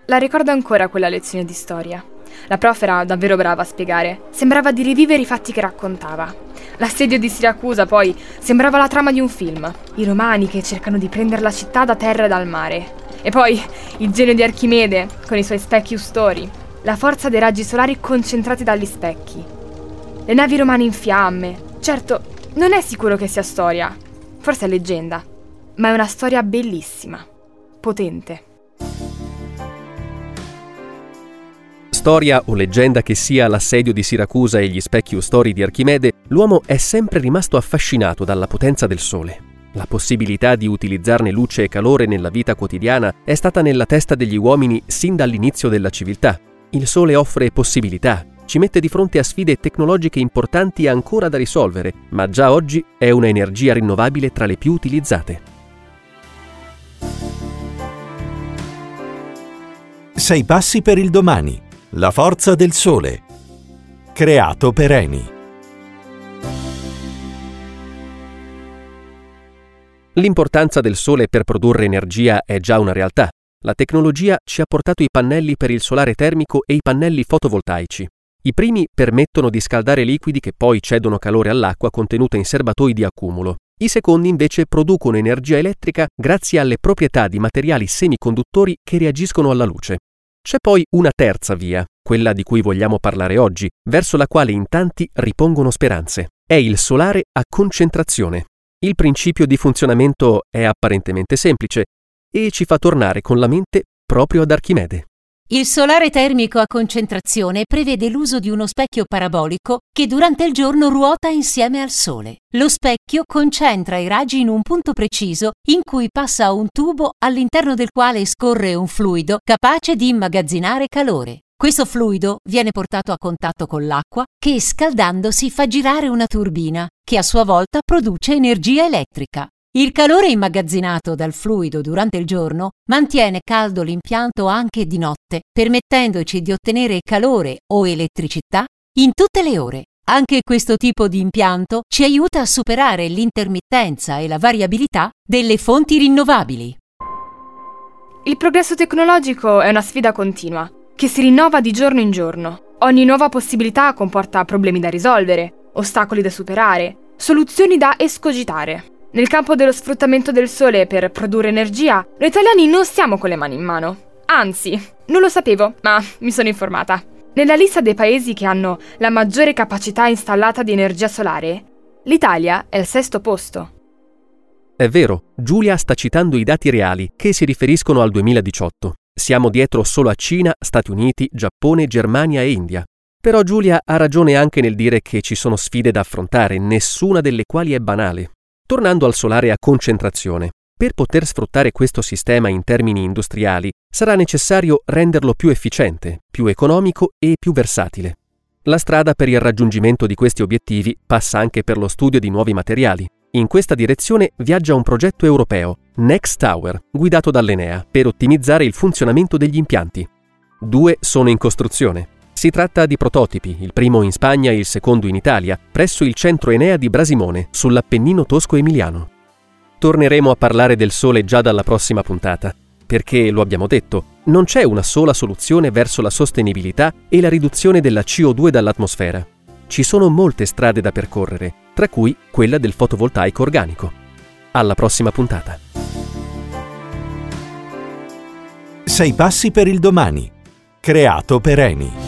La ricordo ancora quella lezione di storia. La prof era davvero brava a spiegare. Sembrava di rivivere i fatti che raccontava. L'assedio di Siracusa, poi, sembrava la trama di un film. I romani che cercano di prendere la città da terra e dal mare. E poi il genio di Archimede, con i suoi specchi ustori. La forza dei raggi solari concentrati dagli specchi. Le navi romane in fiamme. Certo, non è sicuro che sia storia. Forse è leggenda. Ma è una storia bellissima. Potente. Storia o leggenda che sia l'assedio di Siracusa e gli specchi ustori di Archimede, l'uomo è sempre rimasto affascinato dalla potenza del sole. La possibilità di utilizzarne luce e calore nella vita quotidiana è stata nella testa degli uomini sin dall'inizio della civiltà. Il sole offre possibilità, ci mette di fronte a sfide tecnologiche importanti ancora da risolvere, ma già oggi è una energia rinnovabile tra le più utilizzate. 6 passi per il domani. La forza del sole. Creato per Eni. L'importanza del sole per produrre energia è già una realtà. La tecnologia ci ha portato i pannelli per il solare termico e i pannelli fotovoltaici. I primi permettono di scaldare liquidi che poi cedono calore all'acqua contenuta in serbatoi di accumulo. I secondi invece producono energia elettrica grazie alle proprietà di materiali semiconduttori che reagiscono alla luce. C'è poi una terza via, quella di cui vogliamo parlare oggi, verso la quale in tanti ripongono speranze. È il solare a concentrazione. Il principio di funzionamento è apparentemente semplice e ci fa tornare con la mente proprio ad Archimede. Il solare termico a concentrazione prevede l'uso di uno specchio parabolico che durante il giorno ruota insieme al Sole. Lo specchio concentra i raggi in un punto preciso in cui passa un tubo all'interno del quale scorre un fluido capace di immagazzinare calore. Questo fluido viene portato a contatto con l'acqua che, scaldandosi, fa girare una turbina che a sua volta produce energia elettrica. Il calore immagazzinato dal fluido durante il giorno mantiene caldo l'impianto anche di notte, permettendoci di ottenere calore o elettricità in tutte le ore. Anche questo tipo di impianto ci aiuta a superare l'intermittenza e la variabilità delle fonti rinnovabili. Il progresso tecnologico è una sfida continua, che si rinnova di giorno in giorno. Ogni nuova possibilità comporta problemi da risolvere, ostacoli da superare, soluzioni da escogitare. Nel campo dello sfruttamento del sole per produrre energia, noi italiani non stiamo con le mani in mano. Anzi, non lo sapevo, ma mi sono informata. Nella lista dei paesi che hanno la maggiore capacità installata di energia solare, l'Italia è al 6° posto. È vero, Giulia sta citando i dati reali che si riferiscono al 2018. Siamo dietro solo a Cina, Stati Uniti, Giappone, Germania e India. Però Giulia ha ragione anche nel dire che ci sono sfide da affrontare, nessuna delle quali è banale. Tornando al solare a concentrazione, per poter sfruttare questo sistema in termini industriali, sarà necessario renderlo più efficiente, più economico e più versatile. La strada per il raggiungimento di questi obiettivi passa anche per lo studio di nuovi materiali. In questa direzione viaggia un progetto europeo, Next Tower, guidato dall'Enea, per ottimizzare il funzionamento degli impianti. 2 sono in costruzione. Si tratta di prototipi, il primo in Spagna e il secondo in Italia, presso il centro Enea di Brasimone, sull'Appennino tosco-emiliano. Torneremo a parlare del sole già dalla prossima puntata, perché, lo abbiamo detto, non c'è una sola soluzione verso la sostenibilità e la riduzione della CO2 dall'atmosfera. Ci sono molte strade da percorrere, tra cui quella del fotovoltaico organico. Alla prossima puntata. 6 passi per il domani. Creato per Eni.